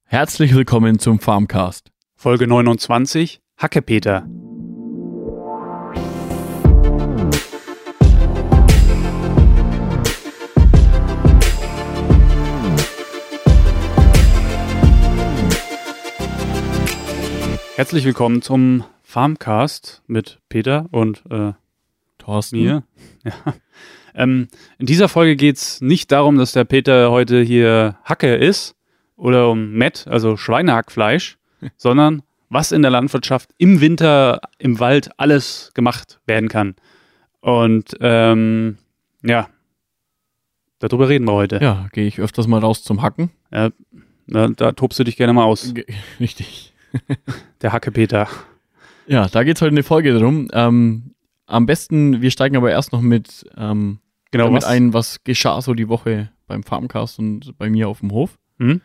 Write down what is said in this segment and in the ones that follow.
Herzlich willkommen zum Farmcast. Folge 29, Hackepeter. Herzlich willkommen zum Farmcast mit Peter und Thorsten. mir. Ja. In dieser Folge geht es nicht darum, dass der Peter heute hier Hacke ist oder um Mett, also Schweinehackfleisch, sondern was in der Landwirtschaft im Winter im Wald alles gemacht werden kann. Und ja, darüber reden wir heute. Ja, gehe ich öfters mal raus zum Hacken. Ja, da tobst du dich gerne mal aus, Richtig. der Hackepeter. Ja, da geht es heute eine Folge drum. Am besten, wir steigen aber erst noch mit was geschah so die Woche beim Farmcast und bei mir auf dem Hof. Mhm.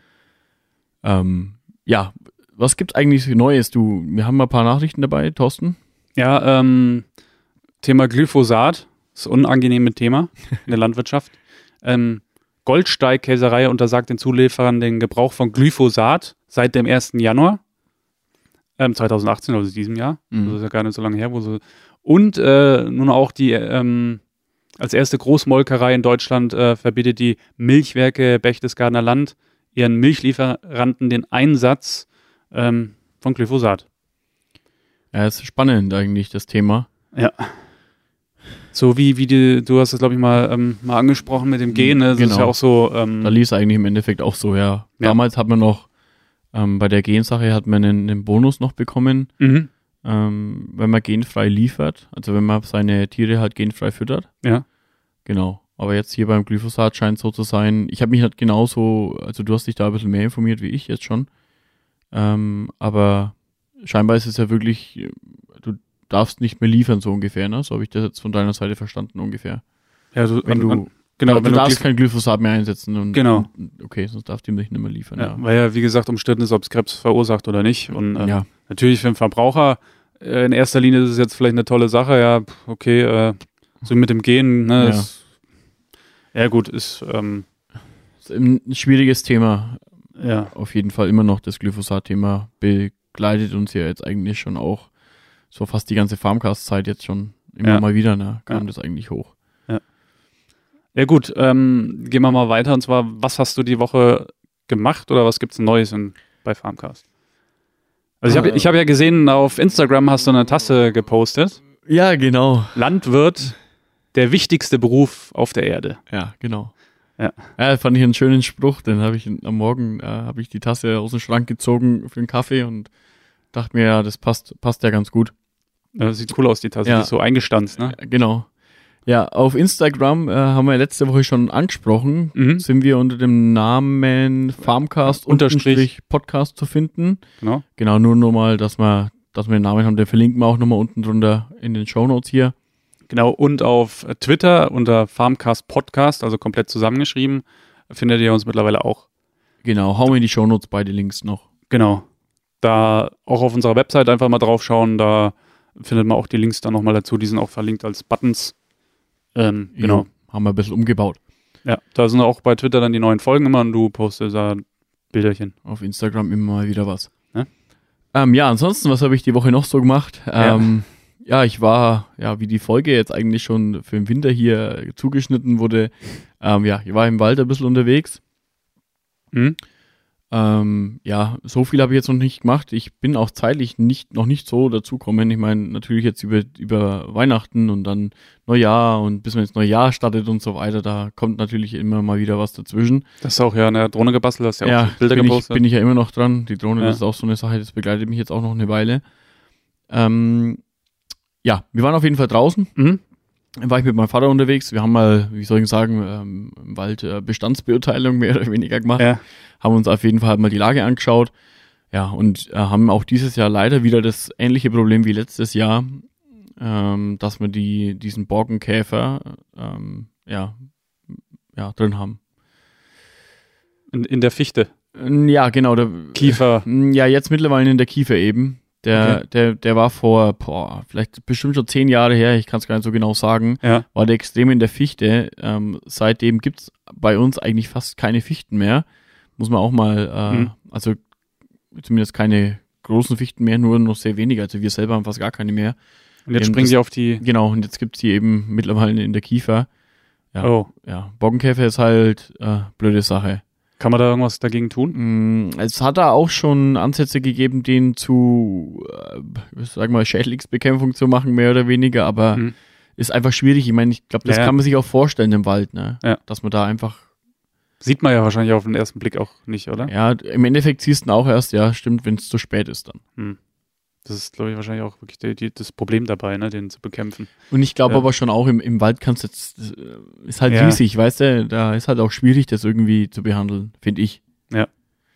Ja, was gibt's eigentlich Neues? Wir haben mal ein paar Nachrichten dabei, Thorsten. Ja, Thema Glyphosat, das unangenehme Thema in der Landwirtschaft. Goldsteig-Käserei untersagt den Zulieferern den Gebrauch von Glyphosat seit dem 1. Januar 2018, also diesem Jahr. Mhm. Das ist ja gar nicht so lange her. Und nun auch die als erste Großmolkerei in Deutschland verbietet die Milchwerke Berchtesgadener Land ihren Milchlieferanten den Einsatz von Glyphosat. Ja, ist spannend eigentlich, das Thema. Ja. So wie du hast das, glaube ich, mal angesprochen mit dem Gen, ne? Das ist ja auch so. Da lief es eigentlich im Endeffekt auch so, ja. Damals hat man noch, bei der Gensache hat man einen Bonus noch bekommen, wenn man genfrei liefert, also wenn man seine Tiere halt genfrei füttert. Ja. Genau. Aber jetzt hier beim Glyphosat scheint so zu sein, ich habe mich halt genauso, also du hast dich da ein bisschen mehr informiert wie ich jetzt schon, aber scheinbar ist es ja wirklich, du darfst nicht mehr liefern, so ungefähr, ne? So habe ich das jetzt von deiner Seite verstanden, ungefähr. Ja, Du darfst kein Glyphosat mehr einsetzen. Und okay, sonst darfst du ihm nicht mehr liefern. Ja, weil ja, wie gesagt, umstritten ist, ob es Krebs verursacht oder nicht. Und natürlich für den Verbraucher in erster Linie ist es jetzt vielleicht eine tolle Sache. Ja, okay, so mit dem Gen, ne? Ist ein schwieriges Thema. Ja. Auf jeden Fall immer noch das Glyphosat-Thema begleitet uns ja jetzt eigentlich schon auch so fast die ganze Farmcast-Zeit jetzt schon immer mal wieder, ne? Kam das eigentlich hoch. Ja gut, gehen wir mal weiter. Und zwar, was hast du die Woche gemacht oder was gibt's Neues bei Farmcast? Also ich hab ja gesehen, auf Instagram hast du eine Tasse gepostet. Ja, genau. Landwirt, der wichtigste Beruf auf der Erde. Ja, genau. Ja, fand ich einen schönen Spruch, den habe ich am Morgen habe ich die Tasse aus dem Schrank gezogen für den Kaffee und dachte mir, ja, das passt ja ganz gut. Ja, sieht cool aus, die Tasse, die ist so eingestanzt, ne? Genau. Ja, auf Instagram haben wir letzte Woche schon angesprochen, sind wir unter dem Namen Farmcast_Podcast zu finden. Genau, nur mal, dass wir den Namen haben, den verlinken wir auch nochmal unten drunter in den Shownotes hier. Genau, und auf Twitter unter Farmcast Podcast, also komplett zusammengeschrieben, findet ihr uns mittlerweile auch. Genau, hauen wir in die Shownotes beide Links noch. Genau, da auch auf unserer Website einfach mal drauf schauen, da findet man auch die Links dann nochmal dazu, die sind auch verlinkt als Buttons. Genau. Haben wir ein bisschen umgebaut. Ja, da sind auch bei Twitter dann die neuen Folgen immer und du postest da Bilderchen. Auf Instagram immer mal wieder was. Ne? Ansonsten, was habe ich die Woche noch so gemacht? Ich war, wie die Folge jetzt eigentlich schon für den Winter hier zugeschnitten wurde, ich war im Wald ein bisschen unterwegs. So viel habe ich jetzt noch nicht gemacht. Ich bin auch zeitlich noch nicht so dazukommen. Ich meine, natürlich jetzt über Weihnachten und dann Neujahr und bis man jetzt Neujahr startet und so weiter, da kommt natürlich immer mal wieder was dazwischen. Das ist auch ja eine Drohne gebastelt, hast ja auch Bilder gepostet. Bin ich ja immer noch dran. Die Drohne, das ist auch so eine Sache, das begleitet mich jetzt auch noch eine Weile. Wir waren auf jeden Fall draußen. Dann war ich mit meinem Vater unterwegs. Wir haben mal, wie soll ich sagen, im Wald Bestandsbeurteilung mehr oder weniger gemacht. Ja. Haben uns auf jeden Fall mal die Lage angeschaut. Ja, und haben auch dieses Jahr leider wieder das ähnliche Problem wie letztes Jahr, dass wir diesen Borkenkäfer drin haben. In der Fichte? Ja, genau. Der Kiefer? Ja, jetzt mittlerweile in der Kiefer eben. Der war vor, vielleicht bestimmt schon 10 Jahre her, ich kann es gar nicht so genau sagen, war der extrem in der Fichte. Seitdem gibt's bei uns eigentlich fast keine Fichten mehr. Muss man auch mal, also zumindest keine großen Fichten mehr, nur noch sehr wenige. Also wir selber haben fast gar keine mehr. Und jetzt springen sie auf die... Genau, und jetzt gibt es die eben mittlerweile in der Kiefer. Ja, Oh. ja. Borkenkäfer ist halt blöde Sache. Kann man da irgendwas dagegen tun? Es hat da auch schon Ansätze gegeben, den zu, sag mal, Schädlingsbekämpfung zu machen, mehr oder weniger, aber ist einfach schwierig. Ich meine, ich glaube, das kann man sich auch vorstellen im Wald, ne? Ja. Dass man da einfach... Sieht man ja wahrscheinlich auf den ersten Blick auch nicht, oder? Ja, im Endeffekt siehst du ihn auch erst, ja, stimmt, wenn es zu spät ist dann. Das ist, glaube ich, wahrscheinlich auch wirklich das Problem dabei, ne, den zu bekämpfen. Und ich glaube aber schon auch, im Wald kannst du jetzt, ist halt riesig, weißt du, da ist halt auch schwierig, das irgendwie zu behandeln, finde ich. Ja.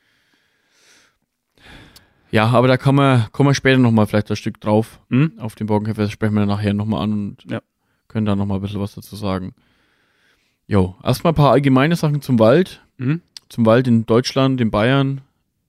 Ja, aber da kommen wir später nochmal vielleicht ein Stück drauf, auf den Borkenkäfer, das sprechen wir nachher nochmal an und können da nochmal ein bisschen was dazu sagen. Jo, erstmal ein paar allgemeine Sachen zum Wald. Zum Wald in Deutschland, in Bayern.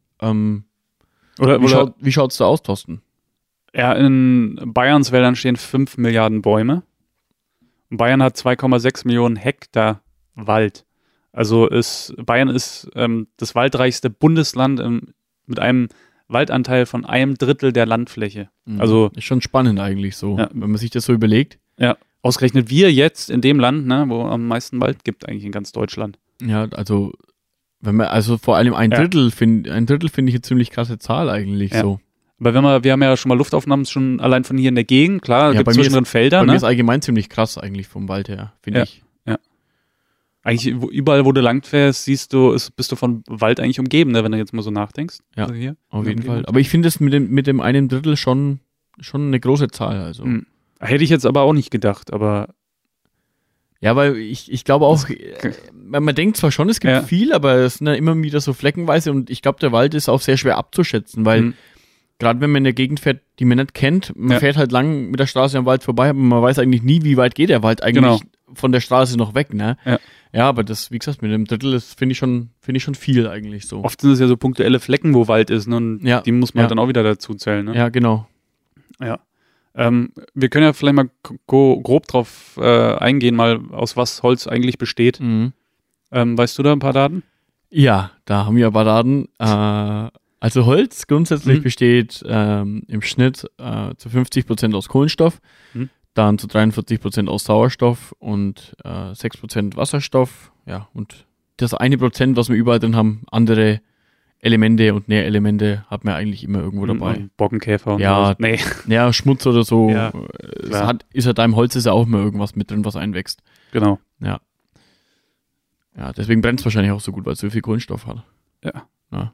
Wie schaut's da aus, Thorsten? Ja, in Bayerns Wäldern stehen 5 Milliarden Bäume. Bayern hat 2,6 Millionen Hektar Wald. Also Bayern ist das waldreichste Bundesland mit einem Waldanteil von 1/3 der Landfläche. Also ist schon spannend eigentlich so, wenn man sich das so überlegt. Ja, ausgerechnet wir jetzt in dem Land, ne, wo am meisten Wald gibt eigentlich in ganz Deutschland. Ja, also vor allem ein Drittel finde ich eine ziemlich krasse Zahl eigentlich so. Aber wir haben ja schon mal Luftaufnahmen schon allein von hier in der Gegend, klar, gibt es zwischendrin Felder. Bei mir ist allgemein ziemlich krass eigentlich vom Wald her, finde ich. Ja. Eigentlich überall, wo du lang fährst, bist du von Wald eigentlich umgeben, ne, wenn du jetzt mal so nachdenkst. Ja, also hier, auf jeden Fall. Aber ich finde es mit dem einen Drittel schon eine große Zahl. Also. Hätte ich jetzt aber auch nicht gedacht, aber... Ja, weil ich glaube auch, man denkt zwar schon, es gibt viel, aber es sind dann immer wieder so fleckenweise und ich glaube, der Wald ist auch sehr schwer abzuschätzen, weil gerade wenn man in der Gegend fährt, die man nicht kennt, man fährt halt lang mit der Straße am Wald vorbei, aber man weiß eigentlich nie, wie weit geht der Wald eigentlich von der Straße noch weg, ne? Ja, aber das, wie gesagt, mit dem Drittel, das finde ich schon viel eigentlich so. Oft sind es ja so punktuelle Flecken, wo Wald ist, ne? Und die muss man dann auch wieder dazu zählen, ne? Ja, genau. Ja. Wir können ja vielleicht mal grob drauf eingehen, mal aus was Holz eigentlich besteht. Weißt du da ein paar Daten? Ja, da haben wir ein paar Daten. Also Holz grundsätzlich besteht im Schnitt zu 50% aus Kohlenstoff, dann zu 43% aus Sauerstoff und 6% Wasserstoff. Ja, und das 1%, was wir überall drin haben, andere Elemente und Nährelemente hat man eigentlich immer irgendwo dabei. Und Borkenkäfer und ja, nee. Ja, Schmutz oder so. Ja, ist ja da im Holz ist ja auch immer irgendwas mit drin, was einwächst. Genau. Ja. Ja, deswegen brennt es wahrscheinlich auch so gut, weil es so viel Kohlenstoff hat. Ja.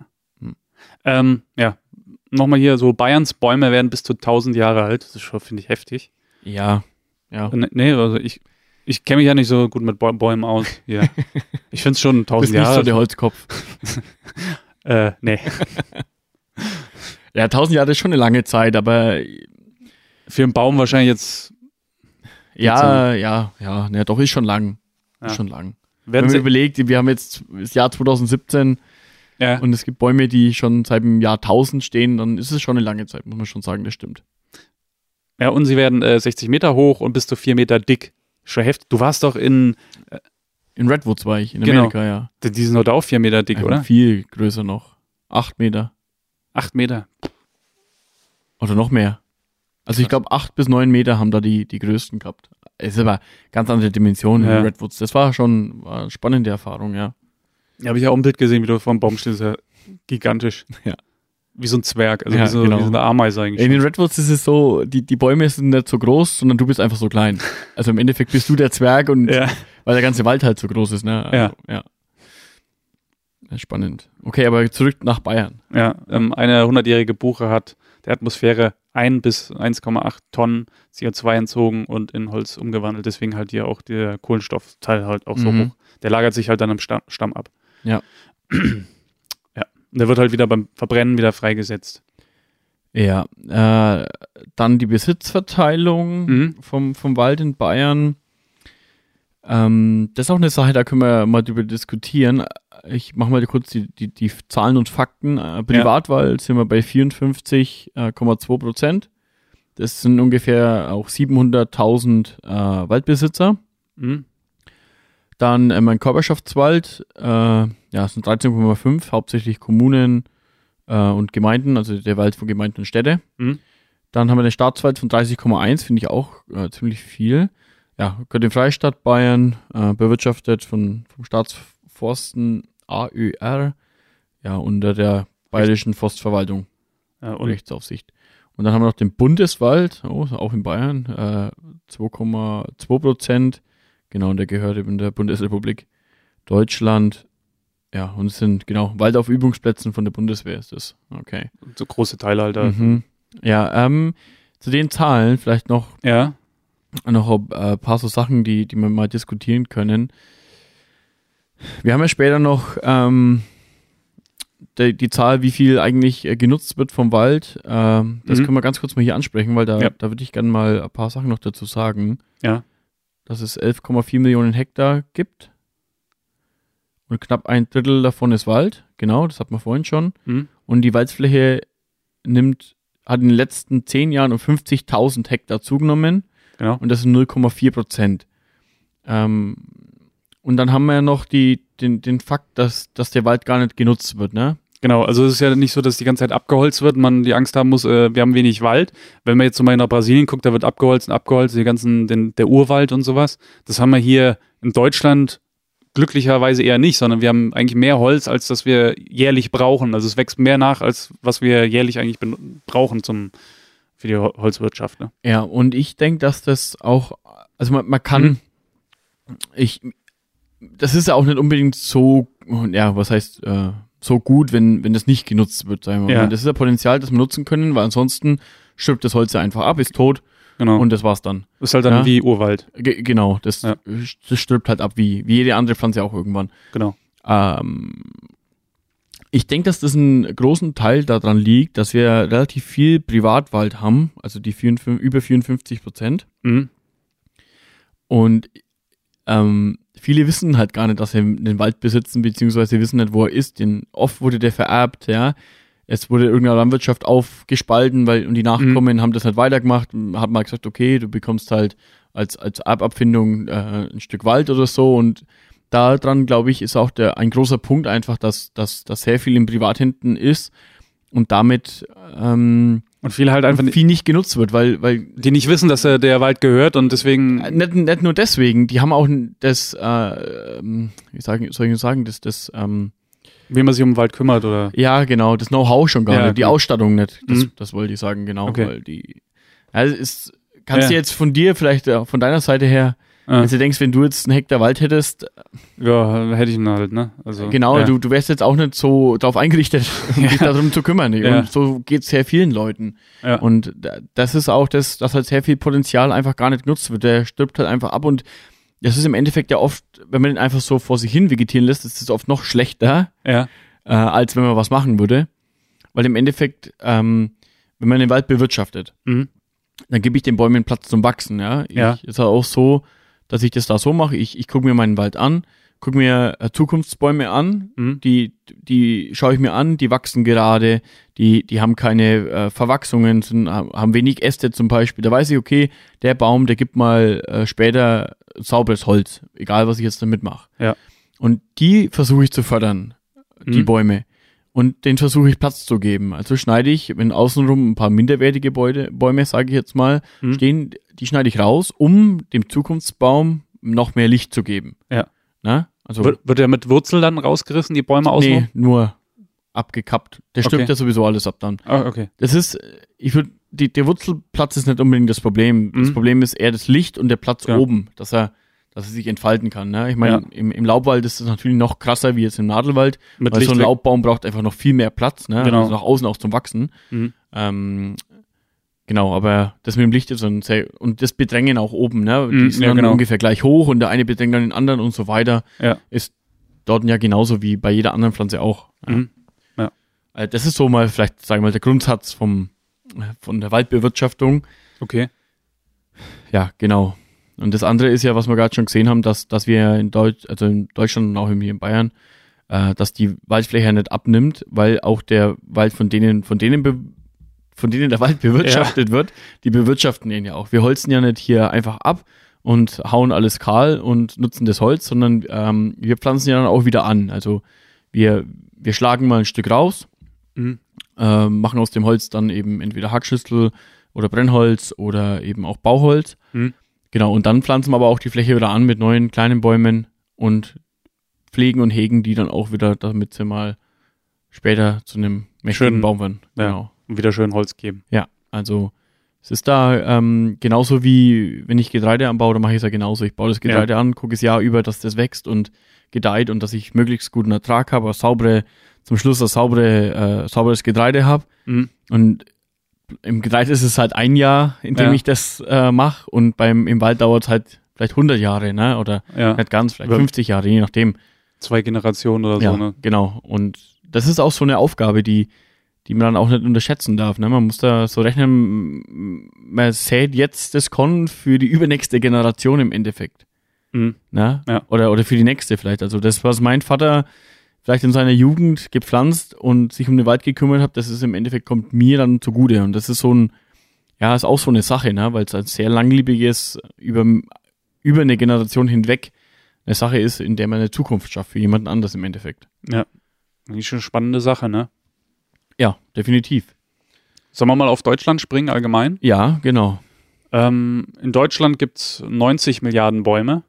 Nochmal hier, so Bayerns Bäume werden bis zu 1000 Jahre alt. Das ist schon, finde ich, heftig. Ja. Nee, also ich kenne mich ja nicht so gut mit Bäumen aus. Ja. Ich finde es schon 1000 Jahre. Bist nicht so der Holzkopf. Nee. Ja, 1000 Jahre ist schon eine lange Zeit, aber für einen Baum wahrscheinlich jetzt. Ja, doch, ist schon lang. Ja. Ist schon lang. Wenn man überlegt, wir haben jetzt das Jahr 2017 und es gibt Bäume, die schon seit dem Jahr 1000 stehen, dann ist es schon eine lange Zeit, muss man schon sagen, das stimmt. Ja, und sie werden 60 Meter hoch und bis zu 4 Meter dick. Schon heftig. Du warst doch in Redwoods war ich, in Amerika, ja. Die sind doch auch 4 Meter dick, oder? Viel größer noch. 8 Meter. 8 Meter. Oder noch mehr. Also ich glaube 8 bis 9 Meter haben da die größten gehabt. Es ist aber ganz andere Dimensionen in Redwoods. Das war schon eine spannende Erfahrung, ja. Ja, habe ich ja auch ein Bild gesehen, wie du vor dem Baum stehst. Ja, gigantisch. Ja. Wie so ein Zwerg, also genau. wie so eine Ameise eigentlich. In den Redwoods ist es so, die Bäume sind nicht so groß, sondern du bist einfach so klein. Also im Endeffekt bist du der Zwerg und weil der ganze Wald halt so groß ist, ne? Also, ja. Spannend. Okay, aber zurück nach Bayern. Ja, eine 100-jährige Buche hat der Atmosphäre 1 bis 1,8 Tonnen CO2 entzogen und in Holz umgewandelt. Deswegen halt hier auch der Kohlenstoffteil halt auch so hoch. Der lagert sich halt dann am Stamm ab. Ja. Ja. Und der wird halt wieder beim Verbrennen wieder freigesetzt. Ja. Dann die Besitzverteilung vom Wald in Bayern. Das ist auch eine Sache, da können wir mal drüber diskutieren. Ich mache mal kurz die Zahlen und Fakten. Privatwald sind wir bei 54,2%. Das sind ungefähr auch 700.000 Waldbesitzer. Dann mein Körperschaftswald, sind 13,5, hauptsächlich Kommunen, und Gemeinden, also der Wald von Gemeinden und Städte. Mhm. Dann haben wir den Staatswald von 30,1, finde ich auch ziemlich viel. Ja, gehört dem Freistaat Bayern, bewirtschaftet vom Staatsforsten AÖR, ja, unter der Bayerischen Forstverwaltung, Und Rechtsaufsicht. Und dann haben wir noch den Bundeswald, auch in Bayern, 2,2%. Genau, und der gehört eben der Bundesrepublik Deutschland. Ja, und es sind, genau, Wald auf Übungsplätzen von der Bundeswehr ist das. Okay. so große Teile halt da. Mhm. Ja, zu den Zahlen vielleicht noch Ja. ein paar so Sachen, die wir mal diskutieren können. Wir haben ja später noch die Zahl, wie viel eigentlich genutzt wird vom Wald. Das können wir ganz kurz mal hier ansprechen, weil da würde ich gerne mal ein paar Sachen noch dazu sagen. Ja. Dass es 11,4 Millionen Hektar gibt und knapp 1/3 davon ist Wald. Genau, das hatten wir vorhin schon. Mhm. Und die Waldfläche hat in den letzten 10 Jahren um 50.000 Hektar zugenommen. Genau. Und das sind 0,4%. Und dann haben wir ja noch den Fakt, dass der Wald gar nicht genutzt wird, ne? Genau, also es ist ja nicht so, dass die ganze Zeit abgeholzt wird, man die Angst haben muss, wir haben wenig Wald. Wenn man jetzt so mal nach Brasilien guckt, da wird abgeholzt, der Urwald und sowas. Das haben wir hier in Deutschland glücklicherweise eher nicht, sondern wir haben eigentlich mehr Holz, als das wir jährlich brauchen. Also es wächst mehr nach, als was wir jährlich eigentlich brauchen für die Holzwirtschaft. Ne? Ja, und ich denke, dass das auch, also man kann, das ist ja auch nicht unbedingt so, ja, was heißt, so gut, wenn das nicht genutzt wird, sagen wir mal. Ja. Das ist ja Potenzial, das wir nutzen können, weil ansonsten stirbt das Holz ja einfach ab, ist tot Genau. und das war's dann. Das ist halt dann wie Urwald. Genau, das stirbt halt ab, wie jede andere Pflanze auch irgendwann. Genau. Ich denke, dass das einen großen Teil daran liegt, dass wir relativ viel Privatwald haben, also die über 54%. Mhm. Und viele wissen halt gar nicht, dass sie den Wald besitzen, beziehungsweise wissen nicht, wo er ist. Oft wurde der vererbt, ja. Es wurde irgendeine Landwirtschaft aufgespalten, und die Nachkommen haben das nicht weitergemacht, hat mal gesagt, okay, du bekommst halt als Erbabfindung ein Stück Wald oder so, und daran, glaube ich, ist auch ein großer Punkt einfach, dass sehr viel in Privathänden ist und damit und viele halt einfach viel nicht genutzt wird, weil die nicht wissen, dass der Wald gehört und deswegen nicht nur deswegen, die haben auch das wie man sich um den Wald kümmert, oder? Ja, genau, das Know-how schon gar nicht, die genau. Ausstattung nicht, das wollte ich sagen, genau, Okay. weil kannst du jetzt von dir vielleicht von deiner Seite her, wenn du denkst, wenn du jetzt einen Hektar Wald hättest, ja, hätte ich ihn halt, ne? Also, genau, du wärst jetzt auch nicht so darauf eingerichtet, dich darum zu kümmern. Ja. Und so geht es sehr vielen Leuten. Ja. Und das ist auch dass halt sehr viel Potenzial einfach gar nicht genutzt wird. Der stirbt halt einfach ab, und das ist im Endeffekt ja oft, wenn man den einfach so vor sich hin vegetieren lässt, ist es oft noch schlechter, als wenn man was machen würde. Weil im Endeffekt, wenn man den Wald bewirtschaftet, dann gebe ich den Bäumen Platz zum Wachsen. Ist auch so, dass ich das da so mache. Ich gucke mir meinen Wald an, gucke mir Zukunftsbäume an, die schaue ich mir an, die wachsen gerade, die haben keine Verwachsungen, haben wenig Äste zum Beispiel. Da weiß ich, okay, der Baum, der gibt mal später sauberes Holz, egal was ich jetzt damit mache. Ja. Und die versuche ich zu fördern, die Bäume. Und denen versuche ich Platz zu geben. Also schneide ich, wenn außenrum ein paar minderwertige Bäume, sage ich jetzt mal, stehen, die schneide ich raus, um dem Zukunftsbaum noch mehr Licht zu geben. Ja. Na? Also, wird der mit Wurzel dann rausgerissen, die Bäume außenrum? Nee, nur abgekappt. Der stirbt ja sowieso alles ab dann. Ah, okay. Das ist, der Wurzelplatz ist nicht unbedingt das Problem. Das Problem ist eher das Licht und der Platz oben, dass er sich entfalten kann. Ne? Ich meine, im Laubwald ist das natürlich noch krasser wie jetzt im Nadelwald, weil so ein Laubbaum braucht einfach noch viel mehr Platz, ne? Genau. Also nach außen auch zum Wachsen. Genau, aber das mit dem Licht ist und das Bedrängen auch oben, ne? Die sind dann ungefähr gleich hoch und der eine bedrängt dann den anderen und so weiter. Ja. Ist dort ja genauso wie bei jeder anderen Pflanze auch. Ja. Das ist so mal vielleicht, sagen wir mal, der Grundsatz von der Waldbewirtschaftung. Okay. Ja, genau. Und das andere ist ja, was wir gerade schon gesehen haben, dass wir in Deutschland und auch hier in Bayern, dass die Waldfläche nicht abnimmt, weil auch der Wald von denen der Wald bewirtschaftet wird, die bewirtschaften ihn ja auch. Wir holzen ja nicht hier einfach ab und hauen alles kahl und nutzen das Holz, sondern wir pflanzen ja dann auch wieder an. Also wir schlagen mal ein Stück raus, machen aus dem Holz dann eben entweder Hackschüssel oder Brennholz oder eben auch Bauholz. Genau, und dann pflanzen wir aber auch die Fläche wieder an mit neuen kleinen Bäumen und pflegen und hegen die dann auch wieder, damit sie mal später zu einem mächtigen Baum werden. Genau. Und wieder schön Holz geben. Ja, also es ist da genauso wie, wenn ich Getreide anbaue, dann mache ich es ja genauso. Ich baue das Getreide an, gucke das Jahr über, dass das wächst und gedeiht und dass ich möglichst guten Ertrag habe, zum Schluss sauberes Getreide habe. Und im Getreide ist es halt ein Jahr, in dem ich das mache, und im Wald dauert es halt vielleicht 100 Jahre, ne? Oder nicht ganz, vielleicht 50 Jahre, je nachdem. 2 Generationen oder so, ne? Genau. Und das ist auch so eine Aufgabe, die man dann auch nicht unterschätzen darf, ne? Man muss da so rechnen, man sät jetzt das Korn für die übernächste Generation im Endeffekt. Ne? Ja. Oder für die nächste vielleicht. Also das, was mein Vater vielleicht in seiner Jugend gepflanzt und sich um den Wald gekümmert hat, das ist im Endeffekt, kommt mir dann zugute. Und das ist ist auch so eine Sache, ne? Weil es ein sehr langlebiges, über eine Generation hinweg eine Sache ist, in der man eine Zukunft schafft für jemanden anders im Endeffekt. Ja, eigentlich schon eine spannende Sache, ne? Ja, definitiv. Sollen wir mal auf Deutschland springen allgemein? Ja, genau. In Deutschland gibt es 90 Milliarden Bäume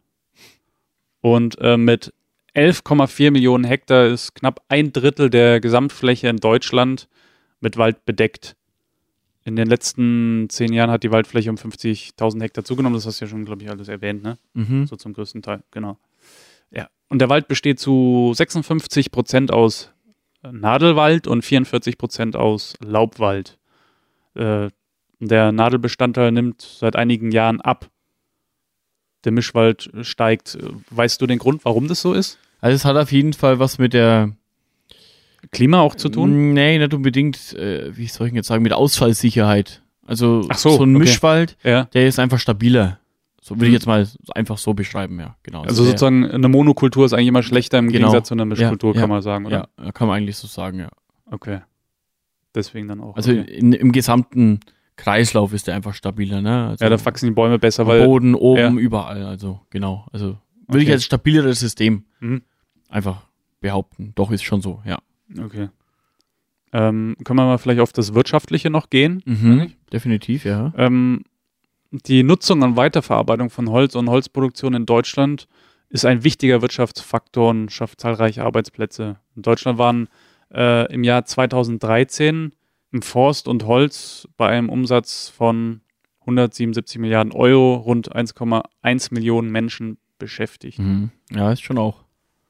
und mit 11,4 Millionen Hektar ist knapp 1/3 der Gesamtfläche in Deutschland mit Wald bedeckt. In den letzten 10 Jahren hat die Waldfläche um 50.000 Hektar zugenommen. Das hast du ja schon, glaube ich, alles erwähnt, ne? So zum größten Teil, genau. Ja. Und der Wald besteht zu 56% aus Nadelwald und 44% aus Laubwald. Der Nadelbestandteil nimmt seit einigen Jahren ab. Der Mischwald steigt. Weißt du den Grund, warum das so ist? Also es hat auf jeden Fall was mit der Klima auch zu tun? Nee, nicht unbedingt, wie soll ich jetzt sagen, mit Ausfallsicherheit. Also so ein Mischwald, der ist einfach stabiler. So würde ich jetzt mal einfach so beschreiben, ja, genau. Also sozusagen eine Monokultur ist eigentlich immer schlechter im Gegensatz zu einer Mischkultur, kann man sagen, oder? Ja, kann man eigentlich so sagen, ja. Okay. Deswegen dann auch. Also im gesamten Kreislauf ist der einfach stabiler, ne? Also da wachsen die Bäume besser, weil Boden, oben, überall, also genau. Also würde ich als stabileres System einfach behaupten. Doch, ist schon so, ja. Okay. Können wir mal vielleicht auf das Wirtschaftliche noch gehen? Definitiv, ja. Die Nutzung und Weiterverarbeitung von Holz und Holzproduktion in Deutschland ist ein wichtiger Wirtschaftsfaktor und schafft zahlreiche Arbeitsplätze. In Deutschland waren im Jahr 2013 im Forst und Holz bei einem Umsatz von 177 Milliarden Euro rund 1,1 Millionen Menschen beschäftigt. Ja, ist schon auch.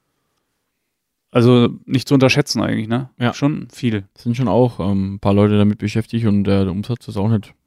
Also nicht zu unterschätzen eigentlich, ne? Ja. Schon viel. Es sind schon auch ein paar Leute damit beschäftigt und der Umsatz ist auch nicht,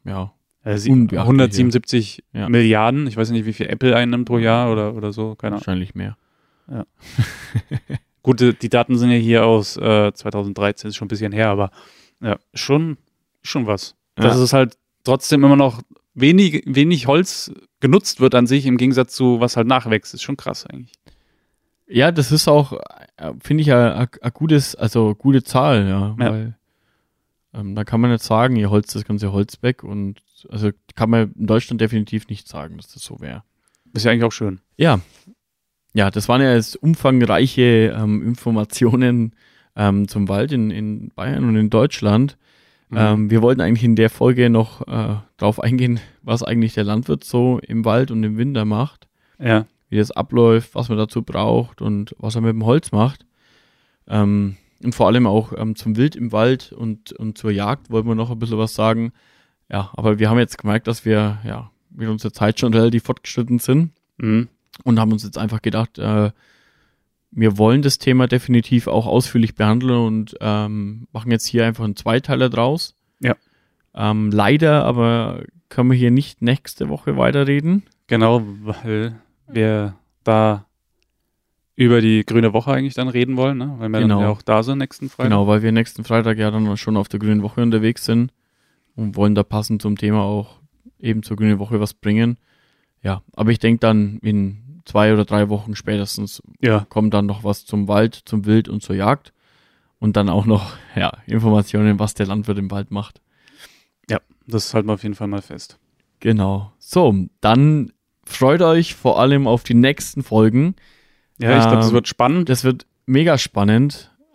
177 Milliarden. Ich weiß nicht, wie viel Apple einnimmt pro Jahr oder so. Keine Ahnung. Wahrscheinlich mehr. Ja. Gut, die Daten sind ja hier aus 2013, ist schon ein bisschen her, aber ja, schon was. Ja. Dass es halt trotzdem immer noch wenig Holz genutzt wird an sich, im Gegensatz zu was halt nachwächst, ist schon krass eigentlich. Ja, das ist auch, finde ich, eine gute Zahl, ja. Weil da kann man nicht sagen, ihr Holz das ganze Holz weg, und also kann man in Deutschland definitiv nicht sagen, dass das so wäre. Ist ja eigentlich auch schön. Ja, das waren ja jetzt umfangreiche Informationen zum Wald in Bayern und in Deutschland. Wir wollten eigentlich in der Folge noch drauf eingehen, was eigentlich der Landwirt so im Wald und im Winter macht. Ja. Wie das abläuft, was man dazu braucht und was er mit dem Holz macht. Und vor allem auch zum Wild im Wald und zur Jagd wollten wir noch ein bisschen was sagen. Ja, aber wir haben jetzt gemerkt, dass wir mit unserer Zeit schon relativ fortgeschritten sind und haben uns jetzt einfach gedacht, wir wollen das Thema definitiv auch ausführlich behandeln und machen jetzt hier einfach einen Zweiteiler draus. Ja. Leider aber können wir hier nicht nächste Woche weiterreden. Genau, weil wir da über die Grüne Woche eigentlich dann reden wollen, ne? Weil wir dann ja auch da sind nächsten Freitag. Genau, weil wir nächsten Freitag ja dann schon auf der Grünen Woche unterwegs sind und wollen da passend zum Thema auch eben zur Grünen Woche was bringen. Ja, aber ich denke dann in 2 oder 3 Wochen spätestens kommt dann noch was zum Wald, zum Wild und zur Jagd und dann auch noch Informationen, was der Landwirt im Wald macht. Ja, das halten wir auf jeden Fall mal fest. Genau. So, dann freut euch vor allem auf die nächsten Folgen. Ja, ich glaube, das wird spannend. Das wird mega spannend.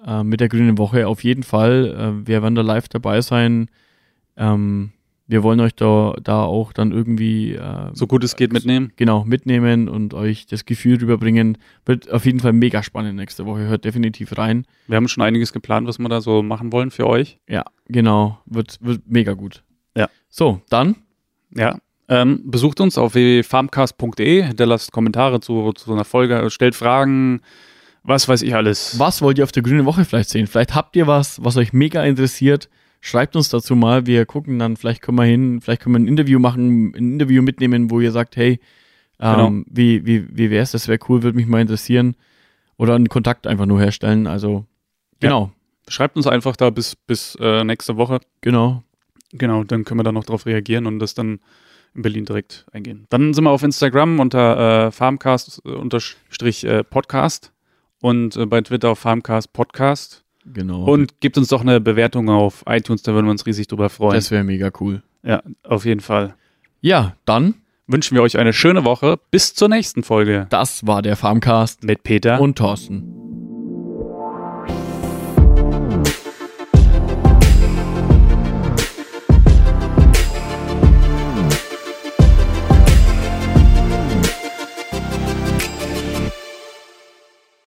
mit der Grünen Woche auf jeden Fall. Wir werden da live dabei sein. Wir wollen euch da auch dann irgendwie so gut es geht mitnehmen. Genau, mitnehmen und euch das Gefühl rüberbringen. Wird auf jeden Fall mega spannend nächste Woche. Hört definitiv rein. Wir haben schon einiges geplant, was wir da so machen wollen für euch. Ja, genau. Wird mega gut. Ja. So, dann. Ja. Besucht uns auf www.farmcast.de, hinterlasst Kommentare zu so einer Folge, stellt Fragen, was weiß ich alles. Was wollt ihr auf der Grünen Woche vielleicht sehen? Vielleicht habt ihr was euch mega interessiert. Schreibt uns dazu mal, wir gucken dann, vielleicht können wir ein Interview machen, ein Interview mitnehmen, wo ihr sagt, hey, Genau. wie wär's, das wäre cool, würde mich mal interessieren. Oder einen Kontakt einfach nur herstellen, also, genau. Ja. Schreibt uns einfach da bis nächste Woche. Genau. Genau, dann können wir da noch drauf reagieren und das dann in Berlin direkt eingehen. Dann sind wir auf Instagram unter farmcast_podcast und bei Twitter auf Farmcast Podcast. Genau. Und gebt uns doch eine Bewertung auf iTunes, da würden wir uns riesig drüber freuen. Das wäre mega cool. Ja, auf jeden Fall. Ja, dann Wünschen wir euch eine schöne Woche. Bis zur nächsten Folge. Das war der Farmcast Mit Peter und Thorsten.